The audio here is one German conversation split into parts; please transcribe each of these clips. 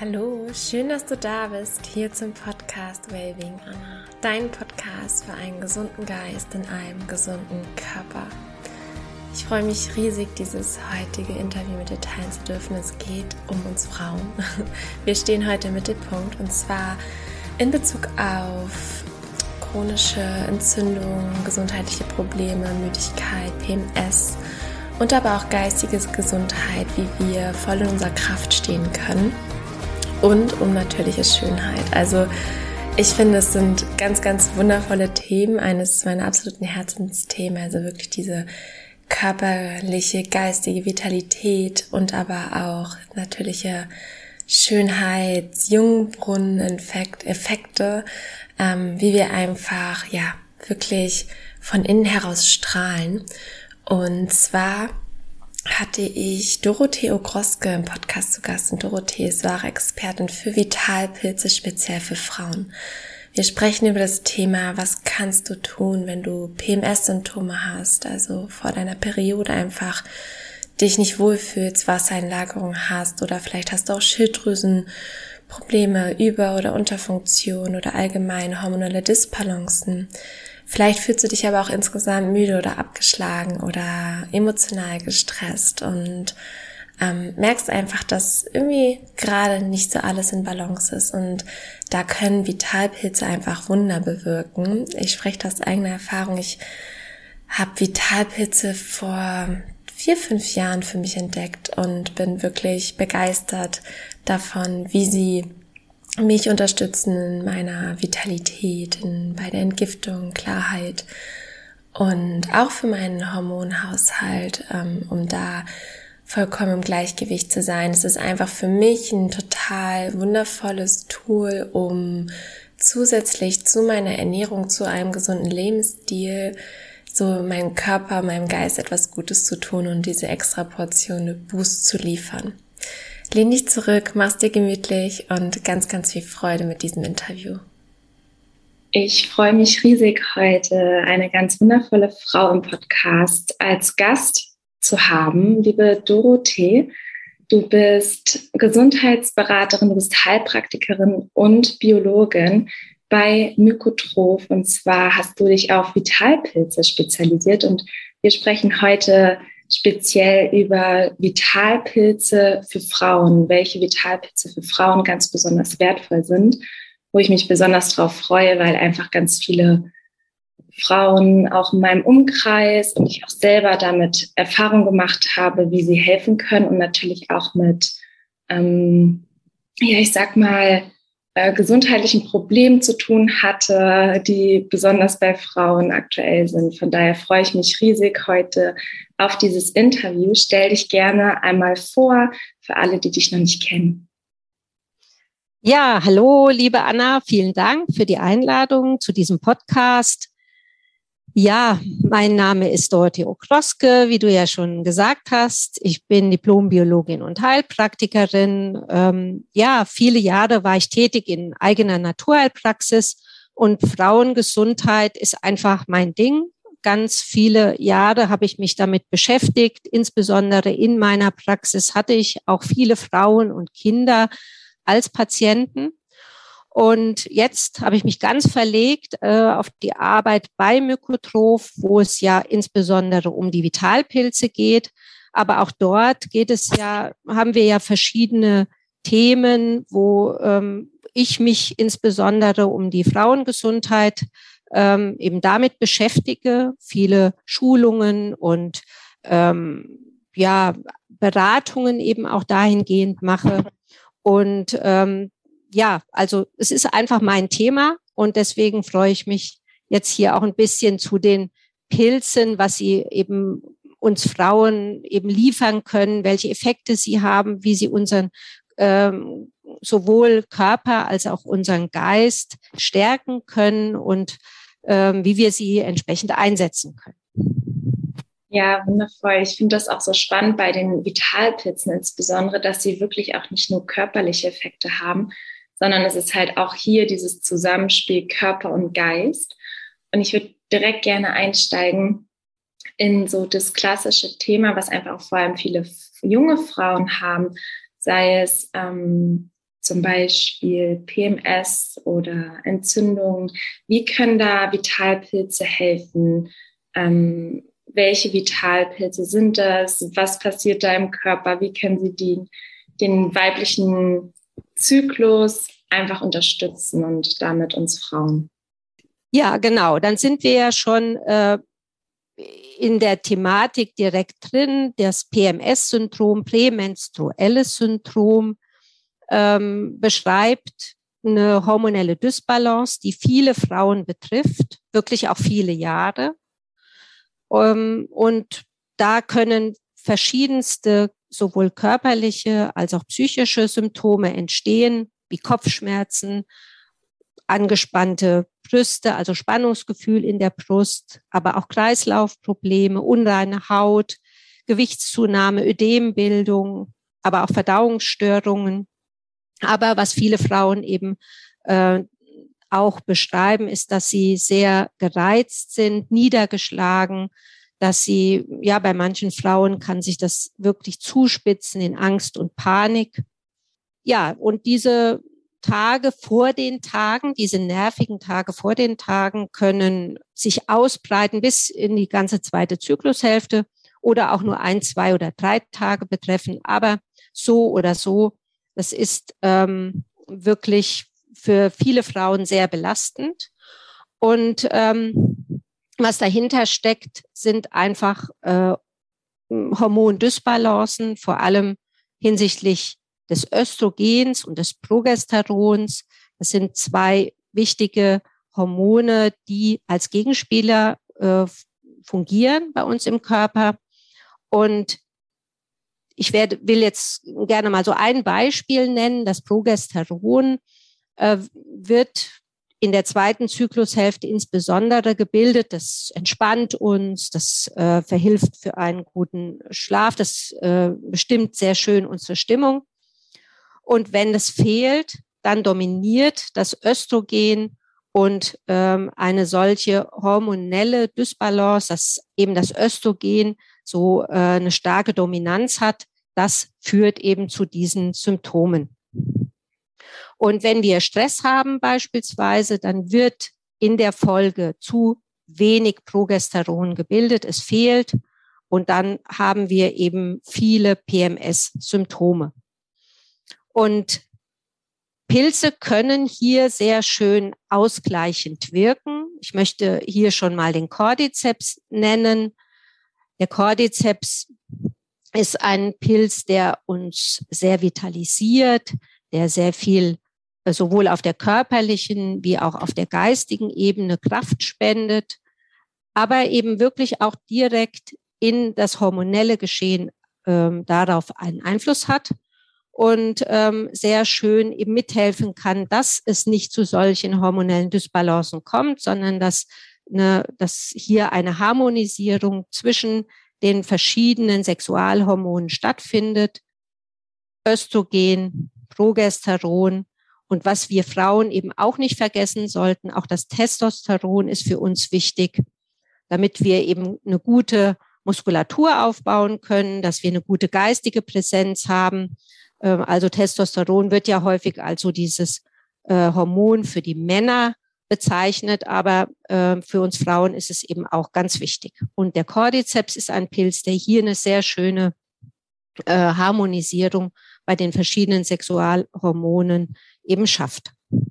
Hallo, schön, dass du da bist, hier zum Podcast Wellbeing Anna, dein Podcast für einen gesunden Geist in einem gesunden Körper. Ich freue mich riesig, dieses heutige Interview mit dir teilen zu dürfen. Es geht um uns Frauen. Wir stehen heute im Mittelpunkt und zwar in Bezug auf chronische Entzündungen, gesundheitliche Probleme, Müdigkeit, PMS und aber auch geistige Gesundheit, wie wir voll in unserer Kraft stehen können. Und um natürliche Schönheit. Also ich finde, es sind ganz, ganz wundervolle Themen, eines meiner absoluten Herzensthemen, also wirklich diese körperliche, geistige Vitalität und aber auch natürliche Schönheit, Jungbrunnen-Effekte, wie wir einfach, wirklich von innen heraus strahlen. Und zwar hatte ich Dorothee Okroske im Podcast zu Gast und Dorothee ist wahre Expertin für Vitalpilze, speziell für Frauen. Wir sprechen über das Thema, was kannst du tun, wenn du PMS-Symptome hast, also vor deiner Periode einfach dich nicht wohlfühlst, Wassereinlagerung hast oder vielleicht hast du auch Schilddrüsenprobleme, Über- oder Unterfunktion oder allgemein hormonelle Disbalancen. Vielleicht fühlst du dich aber auch insgesamt müde oder abgeschlagen oder emotional gestresst und merkst einfach, dass irgendwie gerade nicht so alles in Balance ist. Und da können Vitalpilze einfach Wunder bewirken. Ich spreche das aus eigener Erfahrung. Ich habe Vitalpilze vor 4-5 Jahren für mich entdeckt und bin wirklich begeistert davon, wie sie mich unterstützen in meiner Vitalität, bei der Entgiftung, Klarheit und auch für meinen Hormonhaushalt, um da vollkommen im Gleichgewicht zu sein. Es ist einfach für mich ein total wundervolles Tool, um zusätzlich zu meiner Ernährung, zu einem gesunden Lebensstil, so meinem Körper, meinem Geist etwas Gutes zu tun und diese extra Portion Boost zu liefern. Lehn dich zurück, mach's dir gemütlich und ganz, ganz viel Freude mit diesem Interview. Ich freue mich riesig, heute eine ganz wundervolle Frau im Podcast als Gast zu haben. Liebe Dorothee, du bist Gesundheitsberaterin, du bist Heilpraktikerin und Biologin bei Mykotroph. Und zwar hast du dich auf Vitalpilze spezialisiert. Und wir sprechen heute speziell über Vitalpilze für Frauen, welche Vitalpilze für Frauen ganz besonders wertvoll sind, wo ich mich besonders drauf freue, weil einfach ganz viele Frauen auch in meinem Umkreis und ich auch selber damit Erfahrung gemacht habe, wie sie helfen können und natürlich auch mit, gesundheitlichen Problemen zu tun hatte, die besonders bei Frauen aktuell sind. Von daher freue ich mich riesig heute auf dieses Interview. Stell dich gerne einmal vor für alle, die dich noch nicht kennen. Ja, hallo, liebe Anna, vielen Dank für die Einladung zu diesem Podcast. Ja, mein Name ist Dorothee Okroske, wie du ja schon gesagt hast. Ich bin Diplom-Biologin und Heilpraktikerin. Viele Jahre war ich tätig in eigener Naturheilpraxis und Frauengesundheit ist einfach mein Ding. Ganz viele Jahre habe ich mich damit beschäftigt. Insbesondere in meiner Praxis hatte ich auch viele Frauen und Kinder als Patienten. Und jetzt habe ich mich ganz verlegt auf die Arbeit bei Mykotroph, wo es ja insbesondere um die Vitalpilze geht. Aber auch dort haben wir ja verschiedene Themen, wo ich mich insbesondere um die Frauengesundheit eben damit beschäftige, viele Schulungen und Beratungen eben auch dahingehend mache. Und also es ist einfach mein Thema und deswegen freue ich mich jetzt hier auch ein bisschen zu den Pilzen, was sie eben uns Frauen eben liefern können, welche Effekte sie haben, wie sie unseren sowohl Körper als auch unseren Geist stärken können und wie wir sie entsprechend einsetzen können. Ja, wundervoll. Ich finde das auch so spannend bei den Vitalpilzen insbesondere, dass sie wirklich auch nicht nur körperliche Effekte haben, sondern es ist halt auch hier dieses Zusammenspiel Körper und Geist. Und ich würde direkt gerne einsteigen in so das klassische Thema, was einfach auch vor allem viele junge Frauen haben, sei es zum Beispiel PMS oder Entzündungen. Wie können da Vitalpilze helfen? Welche Vitalpilze sind das? Was passiert da im Körper? Wie können sie den weiblichen Zyklus einfach unterstützen und damit uns Frauen? Ja, genau. Dann sind wir ja schon in der Thematik direkt drin. Das PMS-Syndrom, prämenstruelles Syndrom, beschreibt eine hormonelle Dysbalance, die viele Frauen betrifft, wirklich auch viele Jahre. Und da können verschiedenste, sowohl körperliche als auch psychische Symptome entstehen, wie Kopfschmerzen, angespannte Brüste, also Spannungsgefühl in der Brust, aber auch Kreislaufprobleme, unreine Haut, Gewichtszunahme, Ödembildung, aber auch Verdauungsstörungen. Aber was viele Frauen eben auch beschreiben, ist, dass sie sehr gereizt sind, niedergeschlagen, dass sie, ja, bei manchen Frauen kann sich das wirklich zuspitzen in Angst und Panik. Ja, und diese Tage vor den Tagen, diese nervigen Tage vor den Tagen können sich ausbreiten bis in die ganze zweite Zyklushälfte oder auch nur 1, 2 oder 3 Tage betreffen. Aber so oder so, das ist wirklich für viele Frauen sehr belastend. Und was dahinter steckt, sind einfach Hormondysbalancen, vor allem hinsichtlich des Östrogens und des Progesterons. Das sind 2 wichtige Hormone, die als Gegenspieler fungieren bei uns im Körper. Und ich will jetzt gerne mal so ein Beispiel nennen. Das Progesteron wird in der zweiten Zyklushälfte insbesondere gebildet. Das entspannt uns, das verhilft für einen guten Schlaf, das bestimmt sehr schön unsere Stimmung. Und wenn das fehlt, dann dominiert das Östrogen und eine solche hormonelle Dysbalance, dass eben das Östrogen so eine starke Dominanz hat, das führt eben zu diesen Symptomen. Und wenn wir Stress haben beispielsweise, dann wird in der Folge zu wenig Progesteron gebildet, es fehlt und dann haben wir eben viele PMS-Symptome. Und Pilze können hier sehr schön ausgleichend wirken. Ich möchte hier schon mal den Cordyceps nennen. Der Cordyceps ist ein Pilz, der uns sehr vitalisiert, der sehr viel sowohl auf der körperlichen wie auch auf der geistigen Ebene Kraft spendet, aber eben wirklich auch direkt in das hormonelle Geschehen darauf einen Einfluss hat und sehr schön eben mithelfen kann, dass es nicht zu solchen hormonellen Dysbalancen kommt, sondern dass hier eine Harmonisierung zwischen den verschiedenen Sexualhormonen stattfindet. Östrogen, Progesteron und was wir Frauen eben auch nicht vergessen sollten, auch das Testosteron ist für uns wichtig, damit wir eben eine gute Muskulatur aufbauen können, dass wir eine gute geistige Präsenz haben. Also Testosteron wird ja häufig als so dieses Hormon für die Männer bezeichnet, aber für uns Frauen ist es eben auch ganz wichtig. Und der Cordyceps ist ein Pilz, der hier eine sehr schöne Harmonisierung bei den verschiedenen Sexualhormonen eben schafft.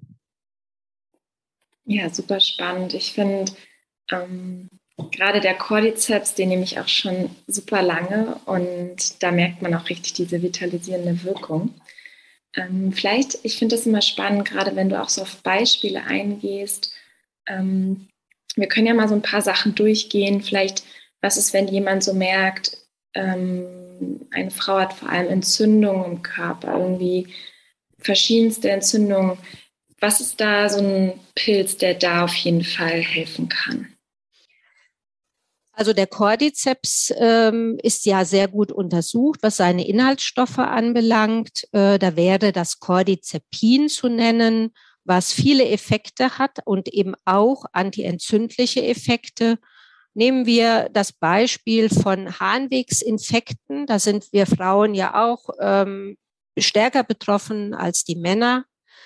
Ja, super spannend. Ich finde gerade der Cordyceps, den nehme ich auch schon super lange und da merkt man auch richtig diese vitalisierende Wirkung. Vielleicht, ich finde das immer spannend, gerade wenn du auch so auf Beispiele eingehst. Wir können ja mal so ein paar Sachen durchgehen. Vielleicht, was ist, wenn jemand so merkt, eine Frau hat vor allem Entzündungen im Körper, irgendwie verschiedenste Entzündungen. Was ist da so ein Pilz, der da auf jeden Fall helfen kann? Also der Cordyceps ist ja sehr gut untersucht, was seine Inhaltsstoffe anbelangt. Da wäre das Cordycepin zu nennen, was viele Effekte hat und eben auch antientzündliche Effekte. Nehmen wir das Beispiel von Harnwegsinfekten. Da sind wir Frauen ja auch stärker betroffen als die Männer.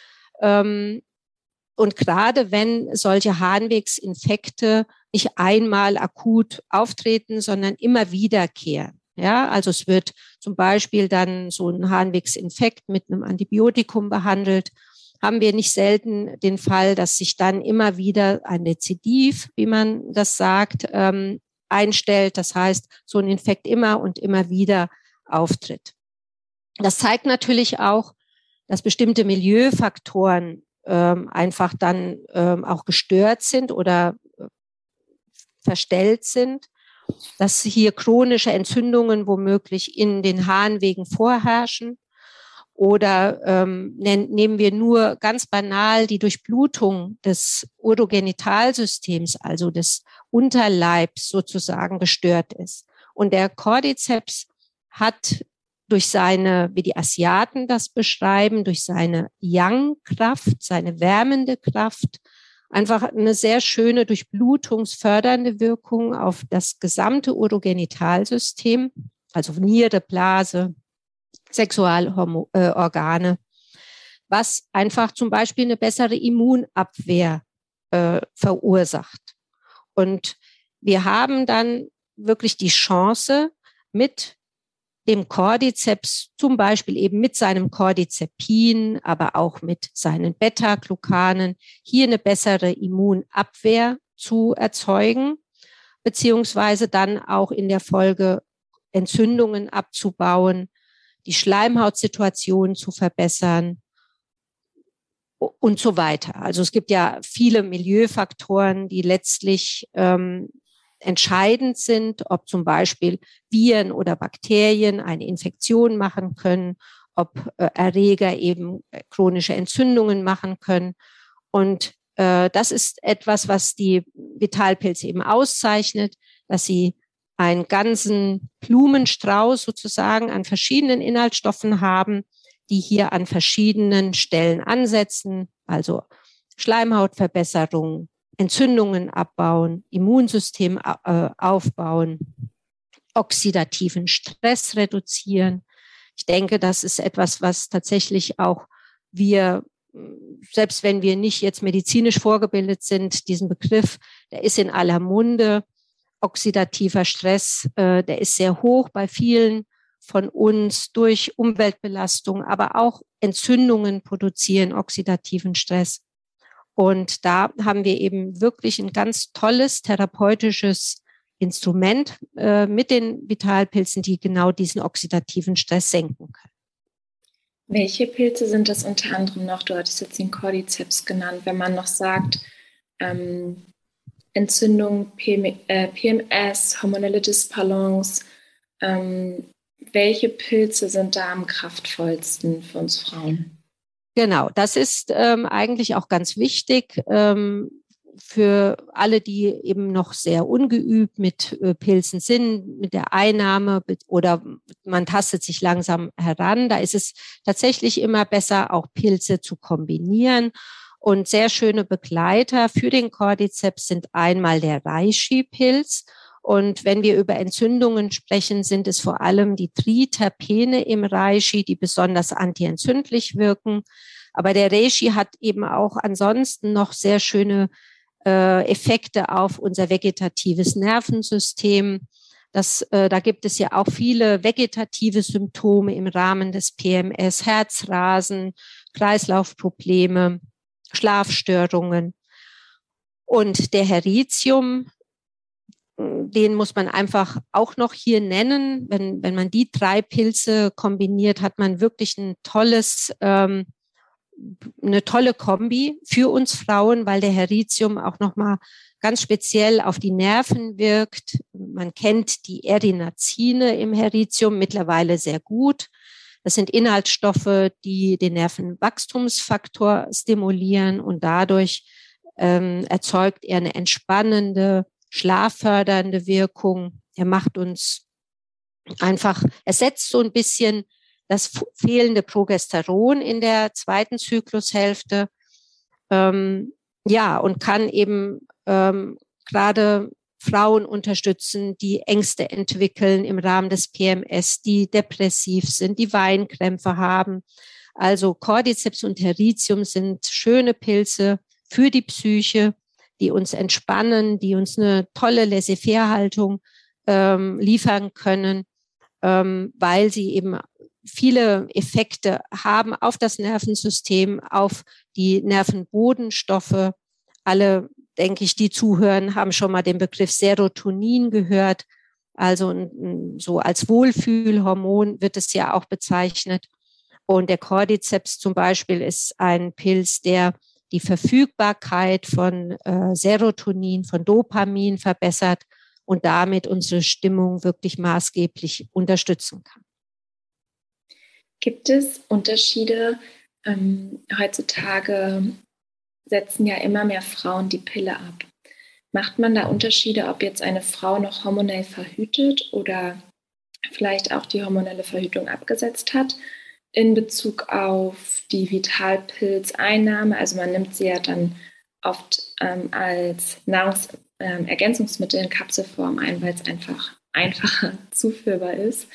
Und gerade wenn solche Harnwegsinfekte nicht einmal akut auftreten, sondern immer wiederkehren. Ja, also es wird zum Beispiel dann so ein Harnwegsinfekt mit einem Antibiotikum behandelt, haben wir nicht selten den Fall, dass sich dann immer wieder ein Rezidiv, wie man das sagt, einstellt. Das heißt, so ein Infekt immer und immer wieder auftritt. Das zeigt natürlich auch, dass bestimmte Milieufaktoren einfach dann auch gestört sind oder verstellt sind, dass hier chronische Entzündungen womöglich in den Harnwegen vorherrschen. Oder nehmen wir nur ganz banal die Durchblutung des Urogenitalsystems, also des Unterleibs sozusagen gestört ist. Und der Cordyceps hat durch seine, wie die Asiaten das beschreiben, durch seine Yang-Kraft, seine wärmende Kraft, einfach eine sehr schöne durchblutungsfördernde Wirkung auf das gesamte Urogenitalsystem, also Niere, Blase, Sexualorgane, was einfach zum Beispiel eine bessere Immunabwehr verursacht. Und wir haben dann wirklich die Chance, mit dem Cordyceps, zum Beispiel eben mit seinem Cordycepin, aber auch mit seinen Beta-Glucanen, hier eine bessere Immunabwehr zu erzeugen, beziehungsweise dann auch in der Folge Entzündungen abzubauen, die Schleimhautsituation zu verbessern und so weiter. Also es gibt ja viele Milieufaktoren, die letztlich entscheidend sind, ob zum Beispiel Viren oder Bakterien eine Infektion machen können, ob Erreger eben chronische Entzündungen machen können. Und das ist etwas, was die Vitalpilze eben auszeichnet, dass sie einen ganzen Blumenstrauß sozusagen an verschiedenen Inhaltsstoffen haben, die hier an verschiedenen Stellen ansetzen, also Schleimhautverbesserung, Entzündungen abbauen, Immunsystem aufbauen, oxidativen Stress reduzieren. Ich denke, das ist etwas, was tatsächlich auch wir, selbst wenn wir nicht jetzt medizinisch vorgebildet sind, diesen Begriff, der ist in aller Munde. Oxidativer Stress, der ist sehr hoch bei vielen von uns durch Umweltbelastung, aber auch Entzündungen produzieren oxidativen Stress. Und da haben wir eben wirklich ein ganz tolles therapeutisches Instrument mit den Vitalpilzen, die genau diesen oxidativen Stress senken können. Welche Pilze sind das unter anderem noch? Du hattest jetzt den Cordyceps genannt. Wenn man noch sagt, Entzündung, PMS, hormonelle Disbalance, welche Pilze sind da am kraftvollsten für uns Frauen? Genau, das ist eigentlich auch ganz wichtig für alle, die eben noch sehr ungeübt mit Pilzen sind, mit der Einnahme oder man tastet sich langsam heran. Da ist es tatsächlich immer besser, auch Pilze zu kombinieren. Und sehr schöne Begleiter für den Cordyceps sind einmal der Reishi-Pilz. Und wenn wir über Entzündungen sprechen, sind es vor allem die Triterpene im Reishi, die besonders antientzündlich wirken. Aber der Reishi hat eben auch ansonsten noch sehr schöne Effekte auf unser vegetatives Nervensystem. Da gibt es ja auch viele vegetative Symptome im Rahmen des PMS, Herzrasen, Kreislaufprobleme, Schlafstörungen. Und der Heritium, den muss man einfach auch noch hier nennen. Wenn man die 3 Pilze kombiniert, hat man wirklich eine tolle Kombi für uns Frauen, weil der Heritium auch nochmal ganz speziell auf die Nerven wirkt. Man kennt die Erinazine im Heritium mittlerweile sehr gut. Das sind Inhaltsstoffe, die den Nervenwachstumsfaktor stimulieren und dadurch erzeugt er eine entspannende, schlaffördernde Wirkung. Er macht uns einfach, ersetzt so ein bisschen das fehlende Progesteron in der zweiten Zyklushälfte. Und kann eben gerade Frauen unterstützen, die Ängste entwickeln im Rahmen des PMS, die depressiv sind, die Weinkrämpfe haben. Also Cordyceps und Heritium sind schöne Pilze für die Psyche, die uns entspannen, die uns eine tolle Laissez-faire-Haltung liefern können, weil sie eben viele Effekte haben auf das Nervensystem, auf die Nervenbodenstoffe. Alle, denke ich, die zuhören, haben schon mal den Begriff Serotonin gehört. Also so als Wohlfühlhormon wird es ja auch bezeichnet. Und der Cordyceps zum Beispiel ist ein Pilz, der die Verfügbarkeit von Serotonin, von Dopamin verbessert und damit unsere Stimmung wirklich maßgeblich unterstützen kann. Gibt es Unterschiede? Heutzutage setzen ja immer mehr Frauen die Pille ab. Macht man da Unterschiede, ob jetzt eine Frau noch hormonell verhütet oder vielleicht auch die hormonelle Verhütung abgesetzt hat in Bezug auf die Vitalpilzeinnahme? Also man nimmt sie ja dann oft als Nahrungsergänzungsmittel in Kapselform ein, weil es einfach einfacher zuführbar ist.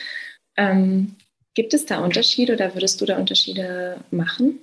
Gibt es da Unterschiede oder würdest du da Unterschiede machen?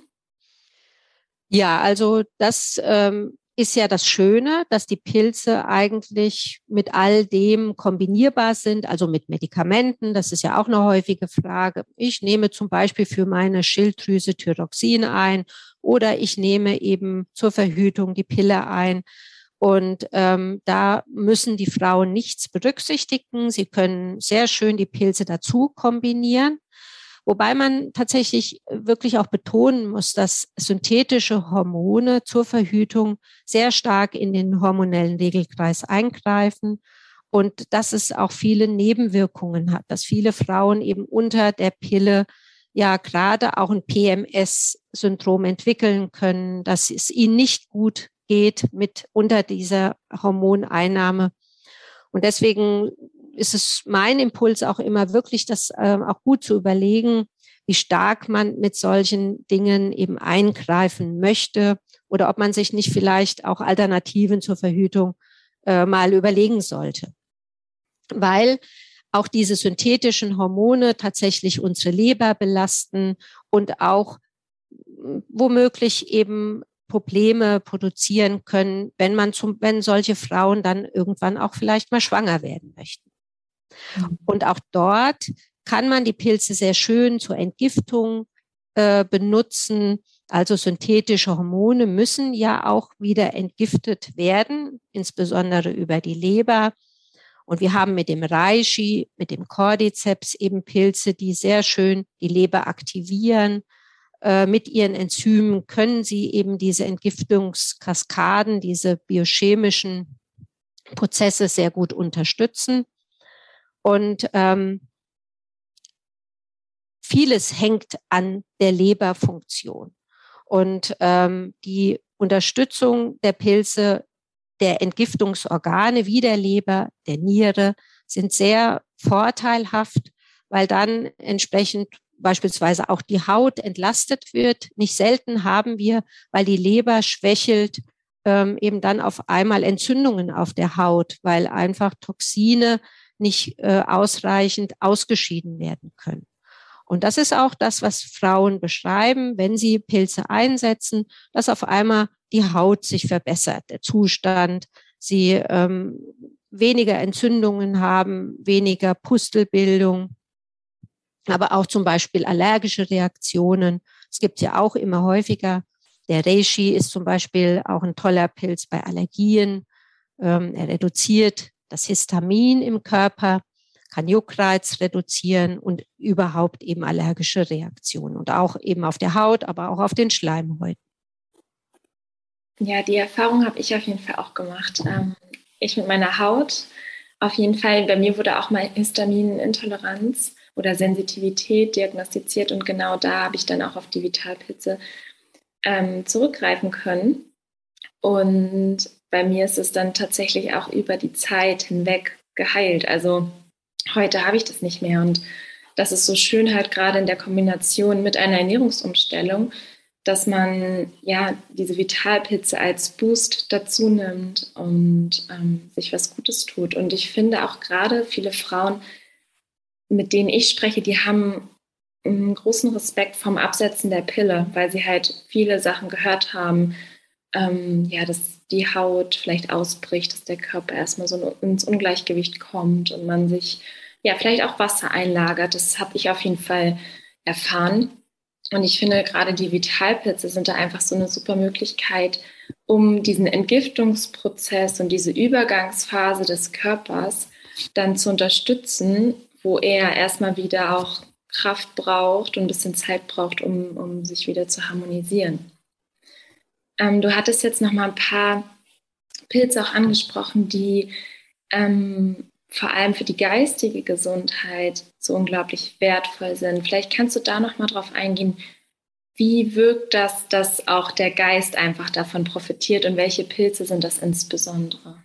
Ja, also das ist ja das Schöne, dass die Pilze eigentlich mit all dem kombinierbar sind, also mit Medikamenten. Das ist ja auch eine häufige Frage. Ich nehme zum Beispiel für meine Schilddrüse Thyroxin ein oder ich nehme eben zur Verhütung die Pille ein. Und da müssen die Frauen nichts berücksichtigen. Sie können sehr schön die Pilze dazu kombinieren. Wobei man tatsächlich wirklich auch betonen muss, dass synthetische Hormone zur Verhütung sehr stark in den hormonellen Regelkreis eingreifen und dass es auch viele Nebenwirkungen hat, dass viele Frauen eben unter der Pille ja gerade auch ein PMS-Syndrom entwickeln können, dass es ihnen nicht gut geht mit unter dieser Hormoneinnahme. Und deswegen ist es mein Impuls auch immer wirklich, das auch gut zu überlegen, wie stark man mit solchen Dingen eben eingreifen möchte oder ob man sich nicht vielleicht auch Alternativen zur Verhütung mal überlegen sollte. Weil auch diese synthetischen Hormone tatsächlich unsere Leber belasten und auch womöglich eben Probleme produzieren können, wenn solche Frauen dann irgendwann auch vielleicht mal schwanger werden möchten. Und auch dort kann man die Pilze sehr schön zur Entgiftung benutzen. Also synthetische Hormone müssen ja auch wieder entgiftet werden, insbesondere über die Leber. Und wir haben mit dem Reishi, mit dem Cordyceps eben Pilze, die sehr schön die Leber aktivieren. Mit ihren Enzymen können sie eben diese Entgiftungskaskaden, diese biochemischen Prozesse sehr gut unterstützen. Und vieles hängt an der Leberfunktion. Und die Unterstützung der Pilze, der Entgiftungsorgane wie der Leber, der Niere sind sehr vorteilhaft, weil dann entsprechend beispielsweise auch die Haut entlastet wird. Nicht selten haben wir, weil die Leber schwächelt, eben dann auf einmal Entzündungen auf der Haut, weil einfach Toxine nicht ausreichend ausgeschieden werden können. Und das ist auch das, was Frauen beschreiben, wenn sie Pilze einsetzen, dass auf einmal die Haut sich verbessert, der Zustand, sie weniger Entzündungen haben, weniger Pustelbildung, aber auch zum Beispiel allergische Reaktionen. Es gibt ja auch immer häufiger. Der Reishi ist zum Beispiel auch ein toller Pilz bei Allergien. Er reduziert das Histamin im Körper, kann Juckreiz reduzieren und überhaupt eben allergische Reaktionen und auch eben auf der Haut, aber auch auf den Schleimhäuten. Ja, die Erfahrung habe ich auf jeden Fall auch gemacht. Ich mit meiner Haut, auf jeden Fall, bei mir wurde auch mal Histaminintoleranz oder Sensitivität diagnostiziert und genau da habe ich dann auch auf die Vitalpilze zurückgreifen können. Und bei mir ist es dann tatsächlich auch über die Zeit hinweg geheilt. Also heute habe ich das nicht mehr und das ist so schön halt gerade in der Kombination mit einer Ernährungsumstellung, dass man ja diese Vitalpilze als Boost dazu nimmt und sich was Gutes tut. Und ich finde auch gerade viele Frauen, mit denen ich spreche, die haben einen großen Respekt vom Absetzen der Pille, weil sie halt viele Sachen gehört haben, dass die Haut vielleicht ausbricht, dass der Körper erstmal so ins Ungleichgewicht kommt und man sich ja vielleicht auch Wasser einlagert. Das habe ich auf jeden Fall erfahren. Und ich finde, gerade die Vitalpilze sind da einfach so eine super Möglichkeit, um diesen Entgiftungsprozess und diese Übergangsphase des Körpers dann zu unterstützen, wo er erstmal wieder auch Kraft braucht und ein bisschen Zeit braucht, um sich wieder zu harmonisieren. Du hattest jetzt noch mal ein paar Pilze auch angesprochen, die vor allem für die geistige Gesundheit so unglaublich wertvoll sind. Vielleicht kannst du da noch mal drauf eingehen, wie wirkt das, dass auch der Geist einfach davon profitiert und welche Pilze sind das insbesondere?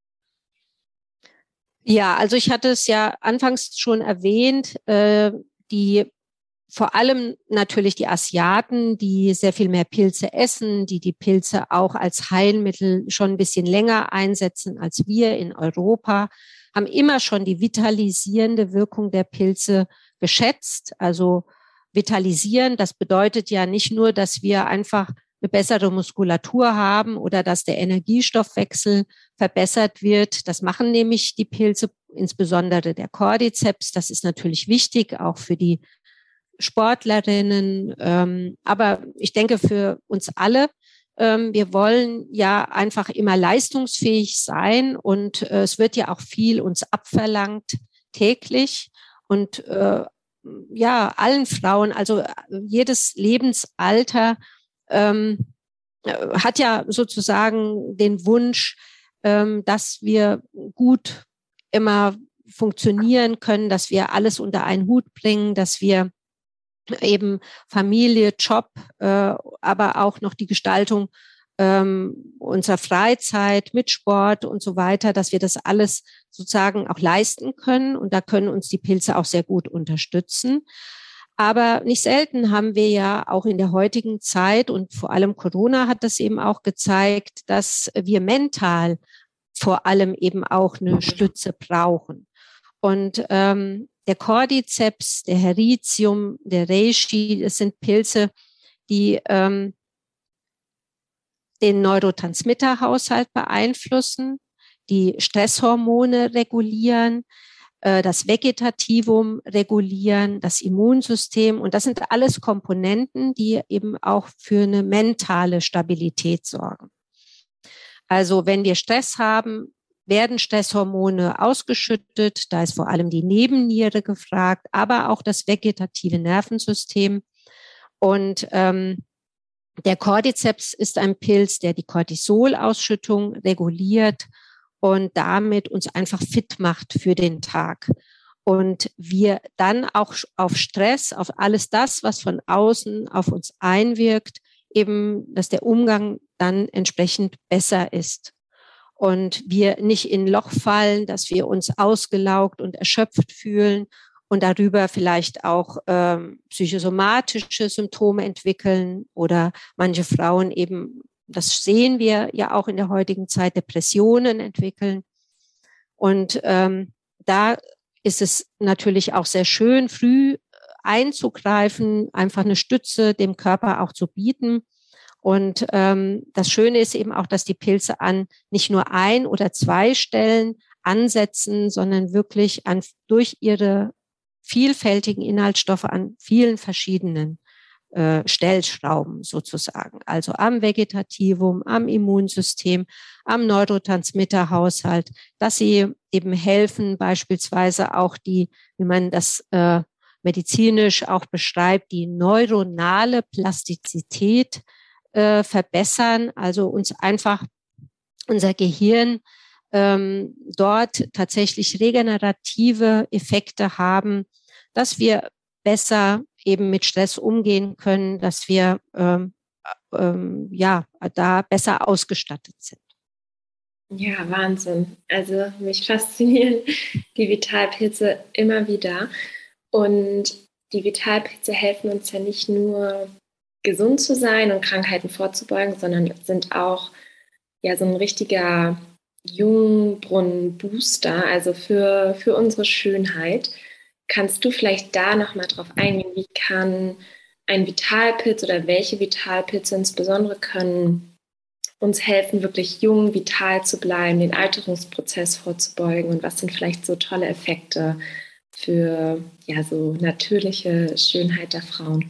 Ja, also ich hatte es ja anfangs schon erwähnt, die vor allem natürlich die Asiaten, die sehr viel mehr Pilze essen, die Pilze auch als Heilmittel schon ein bisschen länger einsetzen als wir in Europa, haben immer schon die vitalisierende Wirkung der Pilze geschätzt. Also vitalisieren, das bedeutet ja nicht nur, dass wir einfach eine bessere Muskulatur haben oder dass der Energiestoffwechsel verbessert wird. Das machen nämlich die Pilze, insbesondere der Cordyceps. Das ist natürlich wichtig, auch für die Sportlerinnen, aber ich denke für uns alle, wir wollen ja einfach immer leistungsfähig sein und es wird ja auch viel uns abverlangt täglich und allen Frauen, also jedes Lebensalter hat ja sozusagen den Wunsch, dass wir gut immer funktionieren können, dass wir alles unter einen Hut bringen, dass wir eben Familie, Job, aber auch noch die Gestaltung unserer Freizeit mit Sport und so weiter, dass wir das alles sozusagen auch leisten können. Und da können uns die Pilze auch sehr gut unterstützen. Aber nicht selten haben wir ja auch in der heutigen Zeit und vor allem Corona hat das eben auch gezeigt, dass wir mental vor allem eben auch eine Stütze brauchen. Und der Cordyceps, der Heritium, der Reishi, das sind Pilze, die den Neurotransmitterhaushalt beeinflussen, die Stresshormone regulieren, das Vegetativum regulieren, das Immunsystem. Und das sind alles Komponenten, die eben auch für eine mentale Stabilität sorgen. Also wenn wir Stress haben, werden Stresshormone ausgeschüttet. Da ist vor allem die Nebenniere gefragt, aber auch das vegetative Nervensystem. Und der Cordyceps ist ein Pilz, der die Cortisolausschüttung reguliert und damit uns einfach fit macht für den Tag. Und wir dann auch auf Stress, auf alles das, was von außen auf uns einwirkt, eben, dass der Umgang dann entsprechend besser ist. Und wir nicht in ein Loch fallen, dass wir uns ausgelaugt und erschöpft fühlen und darüber vielleicht auch psychosomatische Symptome entwickeln oder manche Frauen eben, das sehen wir ja auch in der heutigen Zeit, Depressionen entwickeln. Und da ist es natürlich auch sehr schön, früh einzugreifen, einfach eine Stütze dem Körper auch zu bieten. Und das Schöne ist eben auch, dass die Pilze an nicht nur ein oder zwei Stellen ansetzen, sondern wirklich durch ihre vielfältigen Inhaltsstoffe an vielen verschiedenen Stellschrauben sozusagen. Also am Vegetativum, am Immunsystem, am Neurotransmitterhaushalt, dass sie eben helfen, beispielsweise auch wie man das medizinisch auch beschreibt, die neuronale Plastizität verbessern, also uns einfach unser Gehirn dort tatsächlich regenerative Effekte haben, dass wir besser eben mit Stress umgehen können, dass wir da besser ausgestattet sind. Ja, Wahnsinn. Also mich faszinieren die Vitalpilze immer wieder. Und die Vitalpilze helfen uns ja nicht nur gesund zu sein und Krankheiten vorzubeugen, sondern sind auch ja so ein richtiger Jungbrunnen-Booster, also für unsere Schönheit. Kannst du vielleicht da nochmal drauf eingehen, wie kann ein Vitalpilz oder welche Vitalpilze insbesondere können uns helfen, wirklich jung, vital zu bleiben, den Alterungsprozess vorzubeugen und was sind vielleicht so tolle Effekte für ja so natürliche Schönheit der Frauen?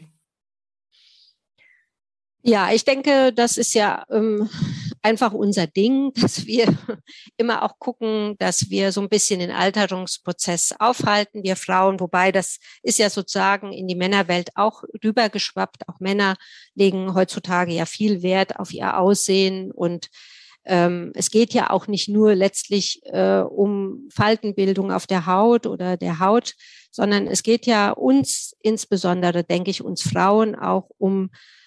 Ja, ich denke, das ist ja einfach unser Ding, dass wir immer auch gucken, dass wir so ein bisschen den Alterungsprozess aufhalten, wir Frauen, wobei das ist ja sozusagen in die Männerwelt auch rübergeschwappt. Auch Männer legen heutzutage ja viel Wert auf ihr Aussehen und es geht ja auch nicht nur letztlich um Faltenbildung auf der Haut oder der Haut, sondern es geht ja uns insbesondere, denke ich, uns Frauen auch um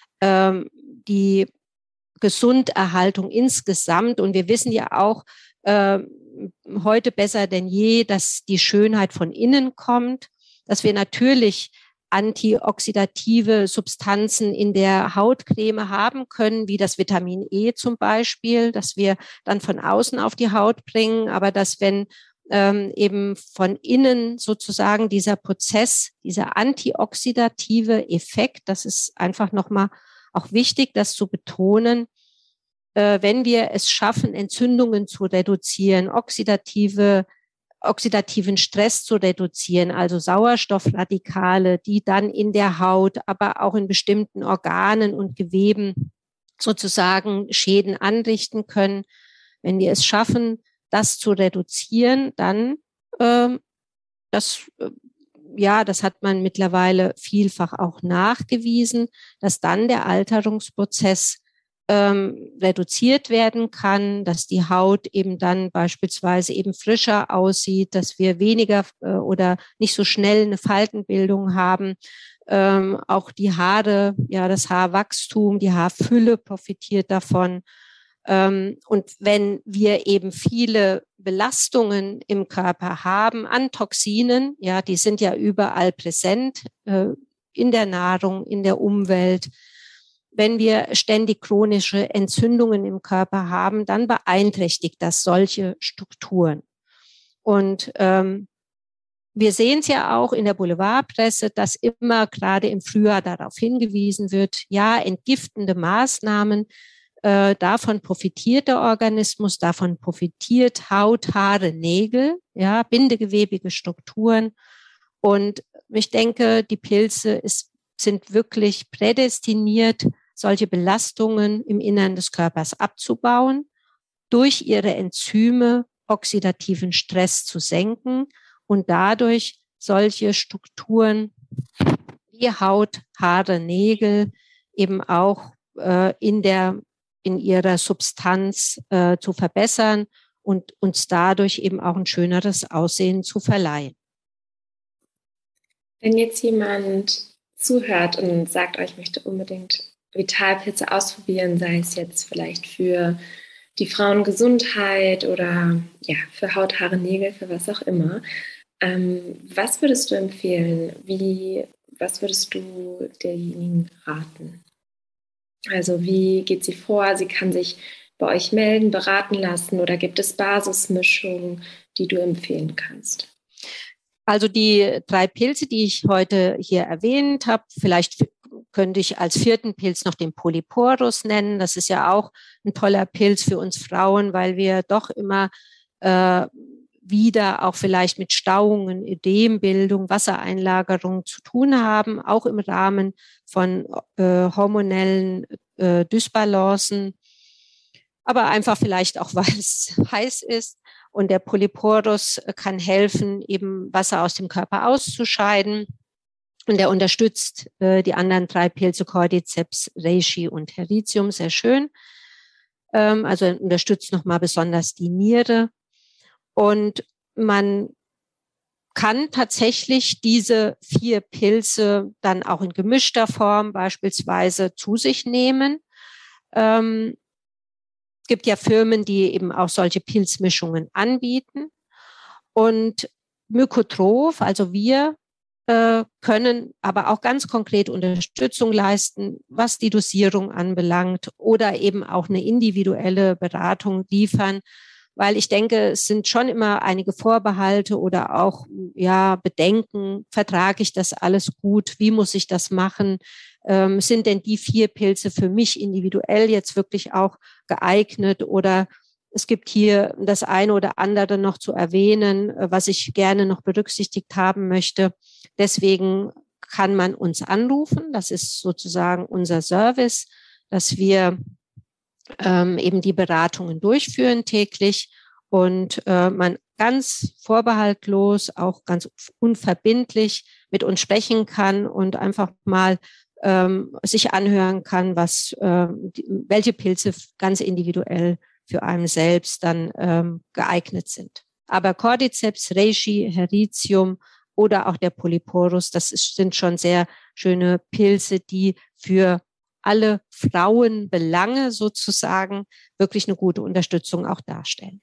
die Gesunderhaltung insgesamt. Und wir wissen ja auch heute besser denn je, dass die Schönheit von innen kommt, dass wir natürlich antioxidative Substanzen in der Hautcreme haben können, wie das Vitamin E zum Beispiel, dass wir dann von außen auf die Haut bringen, aber dass wenn eben von innen sozusagen dieser Prozess, dieser antioxidative Effekt, das ist einfach nochmal auch wichtig, das zu betonen, wenn wir es schaffen, Entzündungen zu reduzieren, oxidativen Stress zu reduzieren, also Sauerstoffradikale, die dann in der Haut, aber auch in bestimmten Organen und Geweben sozusagen Schäden anrichten können. Wenn wir es schaffen, das zu reduzieren, dann das hat man mittlerweile vielfach auch nachgewiesen, dass dann der Alterungsprozess reduziert werden kann, dass die Haut eben dann beispielsweise eben frischer aussieht, dass wir weniger oder nicht so schnell eine Faltenbildung haben. Auch die Haare, ja, das Haarwachstum, die Haarfülle profitiert davon. Und wenn wir eben viele Belastungen im Körper haben an Toxinen, ja, die sind ja überall präsent, in der Nahrung, in der Umwelt. Wenn wir ständig chronische Entzündungen im Körper haben, dann beeinträchtigt das solche Strukturen. Und wir sehen es ja auch in der Boulevardpresse, dass immer gerade im Frühjahr darauf hingewiesen wird, ja, entgiftende Maßnahmen, davon profitiert der Organismus, davon profitiert Haut, Haare, Nägel, ja, bindegewebige Strukturen. Und ich denke, die Pilze sind wirklich prädestiniert, solche Belastungen im Innern des Körpers abzubauen, durch ihre Enzyme oxidativen Stress zu senken und dadurch solche Strukturen wie Haut, Haare, Nägel eben auch in ihrer Substanz zu verbessern und uns dadurch eben auch ein schöneres Aussehen zu verleihen. Wenn jetzt jemand zuhört und sagt, ich möchte unbedingt Vitalpilze ausprobieren, sei es jetzt vielleicht für die Frauengesundheit oder ja, für Haut, Haare, Nägel, für was auch immer, was würdest du empfehlen? Was würdest du derjenigen raten? Also wie geht sie vor? Sie kann sich bei euch melden, beraten lassen oder gibt es Basismischungen, die du empfehlen kannst? Also die 3 Pilze, die ich heute hier erwähnt habe, vielleicht könnte ich als 4. Pilz noch den Polyporus nennen. Das ist ja auch ein toller Pilz für uns Frauen, weil wir doch immer wieder auch vielleicht mit Stauungen, Ödembildung, Wassereinlagerung zu tun haben, auch im Rahmen von hormonellen Dysbalancen, aber einfach vielleicht auch, weil es heiß ist. Und der Polyporus kann helfen, eben Wasser aus dem Körper auszuscheiden. Und er unterstützt die anderen 3 Pilze, Cordyceps, Reishi und Heritium, sehr schön. Also er unterstützt nochmal besonders die Niere. Und man kann tatsächlich diese 4 Pilze dann auch in gemischter Form beispielsweise zu sich nehmen. Es gibt ja Firmen, die eben auch solche Pilzmischungen anbieten. Und Mykotroph, also wir können aber auch ganz konkret Unterstützung leisten, was die Dosierung anbelangt oder eben auch eine individuelle Beratung liefern, weil ich denke, es sind schon immer einige Vorbehalte oder auch Bedenken. Vertrage ich das alles gut? Wie muss ich das machen? Sind denn die 4 Pilze für mich individuell jetzt wirklich auch geeignet? Oder es gibt hier das eine oder andere noch zu erwähnen, was ich gerne noch berücksichtigt haben möchte. Deswegen kann man uns anrufen. Das ist sozusagen unser Service, dass wir eben die Beratungen durchführen täglich und man ganz vorbehaltlos, auch ganz unverbindlich mit uns sprechen kann und einfach mal sich anhören kann, welche Pilze ganz individuell für einen selbst dann geeignet sind. Aber Cordyceps, Reishi, Heritium oder auch der Polyporus, sind schon sehr schöne Pilze, die für alle Frauenbelange sozusagen wirklich eine gute Unterstützung auch darstellen.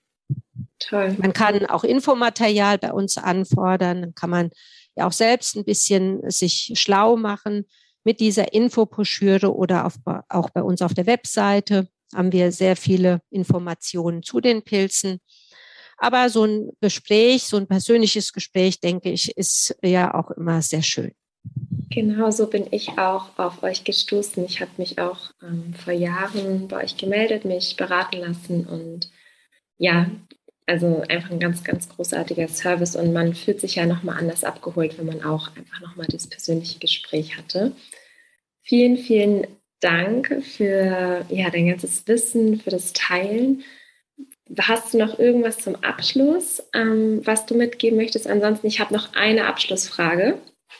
Toll. Man kann auch Infomaterial bei uns anfordern, dann kann man ja auch selbst ein bisschen sich schlau machen mit dieser Infobroschüre oder auch bei uns auf der Webseite haben wir sehr viele Informationen zu den Pilzen. Aber so ein Gespräch, so ein persönliches Gespräch, denke ich, ist ja auch immer sehr schön. Genau so bin ich auch auf euch gestoßen. Ich habe mich auch vor Jahren bei euch gemeldet, mich beraten lassen und ja, also einfach ein ganz, ganz großartiger Service und man fühlt sich ja nochmal anders abgeholt, wenn man auch einfach nochmal dieses persönliche Gespräch hatte. Vielen, vielen Dank für dein ganzes Wissen, für das Teilen. Hast du noch irgendwas zum Abschluss, was du mitgeben möchtest? Ansonsten, ich habe noch eine Abschlussfrage.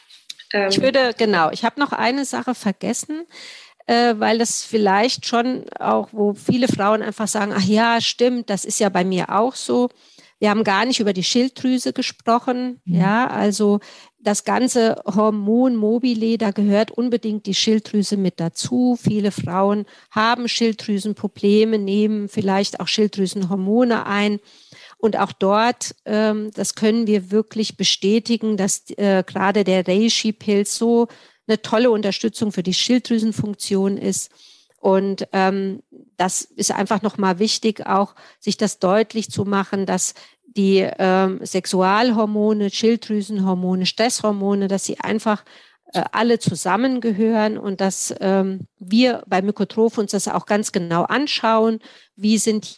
Ich habe noch eine Sache vergessen, weil das vielleicht schon auch, wo viele Frauen einfach sagen, ach ja, stimmt, das ist ja bei mir auch so. Wir haben gar nicht über die Schilddrüse gesprochen. Ja, also das ganze Hormon mobile, da gehört unbedingt die Schilddrüse mit dazu. Viele Frauen haben Schilddrüsenprobleme, nehmen vielleicht auch Schilddrüsenhormone ein. Und auch dort, das können wir wirklich bestätigen, dass gerade der Reishi-Pilz so eine tolle Unterstützung für die Schilddrüsenfunktion ist. Und das ist einfach nochmal wichtig, auch sich das deutlich zu machen, dass die Sexualhormone, Schilddrüsenhormone, Stresshormone, dass sie einfach alle zusammengehören und dass wir bei Mycotroph uns das auch ganz genau anschauen. Wie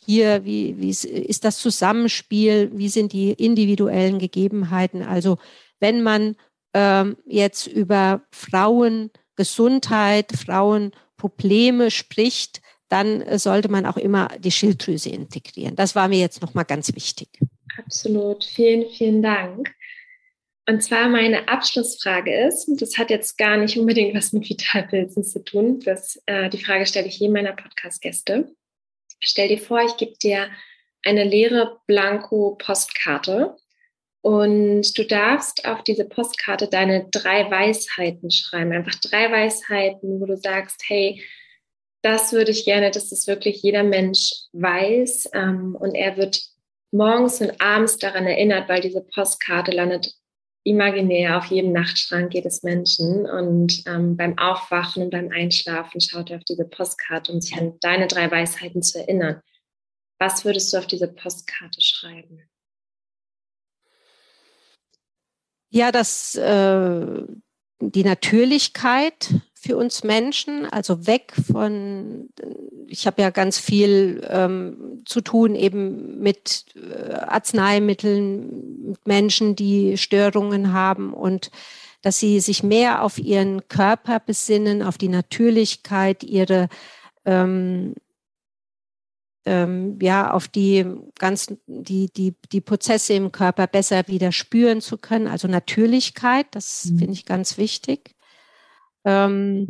ist das Zusammenspiel? Wie sind die individuellen Gegebenheiten? Also wenn man jetzt über Frauengesundheit, Frauenprobleme spricht, dann sollte man auch immer die Schilddrüse integrieren. Das war mir jetzt nochmal ganz wichtig. Absolut. Vielen, vielen Dank. Und zwar meine Abschlussfrage ist, und das hat jetzt gar nicht unbedingt was mit Vitalpilzen zu tun, die Frage stelle ich jedem meiner Podcast-Gäste. Stell dir vor, ich gebe dir eine leere Blanko-Postkarte und du darfst auf diese Postkarte deine 3 Weisheiten schreiben. Einfach 3 Weisheiten, wo du sagst, hey, das würde ich gerne, dass das wirklich jeder Mensch weiß und er wird morgens und abends daran erinnert, weil diese Postkarte landet imaginär auf jedem Nachtschrank jedes Menschen und beim Aufwachen und beim Einschlafen schaut er auf diese Postkarte, um sich an deine 3 Weisheiten zu erinnern. Was würdest du auf diese Postkarte schreiben? Ja, die Natürlichkeit für uns Menschen, also weg von, ich habe ja ganz viel zu tun eben mit Arzneimitteln, mit Menschen, die Störungen haben und dass sie sich mehr auf ihren Körper besinnen, auf die Natürlichkeit, ihre auf die Prozesse im Körper besser wieder spüren zu können. Also Natürlichkeit, das finde ich ganz wichtig. Dass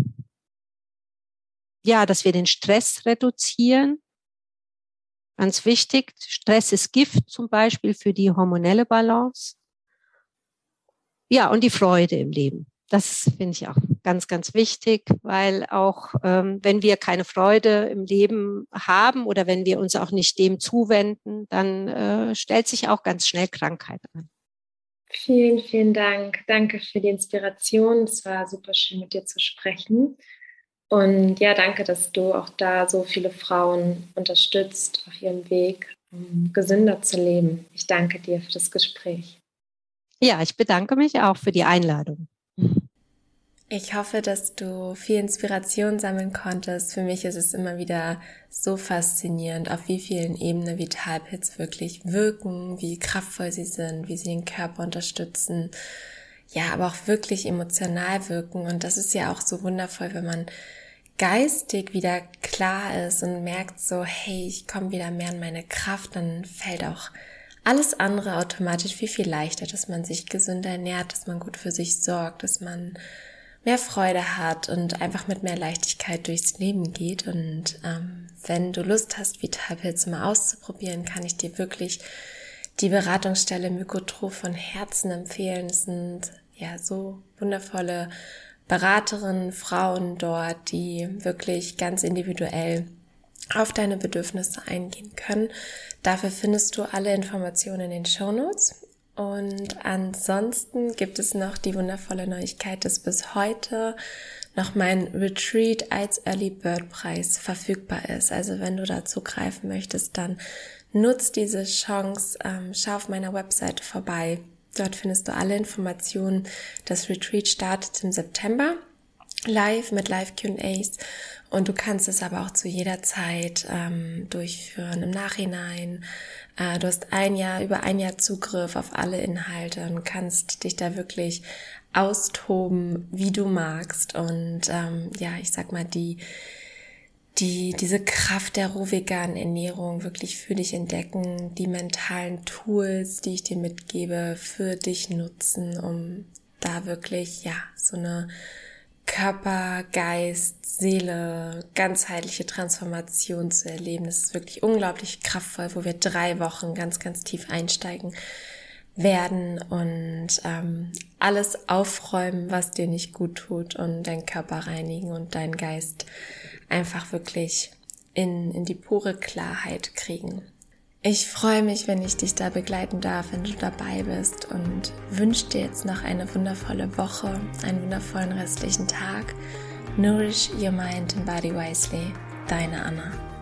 wir den Stress reduzieren. Ganz wichtig. Stress ist Gift zum Beispiel für die hormonelle Balance. Ja, und die Freude im Leben. Das finde ich auch ganz, ganz wichtig, weil auch wenn wir keine Freude im Leben haben oder wenn wir uns auch nicht dem zuwenden, dann stellt sich auch ganz schnell Krankheit an. Vielen, vielen Dank. Danke für die Inspiration. Es war super schön, mit dir zu sprechen. Und ja, danke, dass du auch da so viele Frauen unterstützt auf ihrem Weg, um gesünder zu leben. Ich danke dir für das Gespräch. Ja, ich bedanke mich auch für die Einladung. Ich hoffe, dass du viel Inspiration sammeln konntest. Für mich ist es immer wieder so faszinierend, auf wie vielen Ebenen Vitalpilze wirklich wirken, wie kraftvoll sie sind, wie sie den Körper unterstützen, ja, aber auch wirklich emotional wirken. Und das ist ja auch so wundervoll, wenn man geistig wieder klar ist und merkt so, hey, ich komme wieder mehr in meine Kraft, dann fällt auch alles andere automatisch viel, viel leichter, dass man sich gesünder ernährt, dass man gut für sich sorgt, dass man mehr Freude hat und einfach mit mehr Leichtigkeit durchs Leben geht. Und wenn du Lust hast, Vitalpilze mal auszuprobieren, kann ich dir wirklich die Beratungsstelle Mykotro von Herzen empfehlen. Es sind ja so wundervolle Beraterinnen, Frauen dort, die wirklich ganz individuell auf deine Bedürfnisse eingehen können. Dafür findest du alle Informationen in den Shownotes. Und ansonsten gibt es noch die wundervolle Neuigkeit, dass bis heute noch mein Retreat als Early Bird Preis verfügbar ist. Also wenn du da zugreifen möchtest, dann nutz diese Chance, schau auf meiner Webseite vorbei. Dort findest du alle Informationen. Das Retreat startet im September live mit Live-Q&As und du kannst es aber auch zu jeder Zeit durchführen im Nachhinein. Du hast über ein Jahr Zugriff auf alle Inhalte und kannst dich da wirklich austoben, wie du magst. Und ich sag mal, diese Kraft der rohveganen Ernährung wirklich für dich entdecken, die mentalen Tools, die ich dir mitgebe, für dich nutzen, um da wirklich, so eine Körper, Geist, Seele, ganzheitliche Transformation zu erleben. Das ist wirklich unglaublich kraftvoll, wo wir 3 Wochen ganz, ganz tief einsteigen werden und alles aufräumen, was dir nicht gut tut und deinen Körper reinigen und deinen Geist einfach wirklich in die pure Klarheit kriegen. Ich freue mich, wenn ich dich da begleiten darf, wenn du dabei bist und wünsche dir jetzt noch eine wundervolle Woche, einen wundervollen restlichen Tag. Nourish your mind and body wisely. Deine Anna.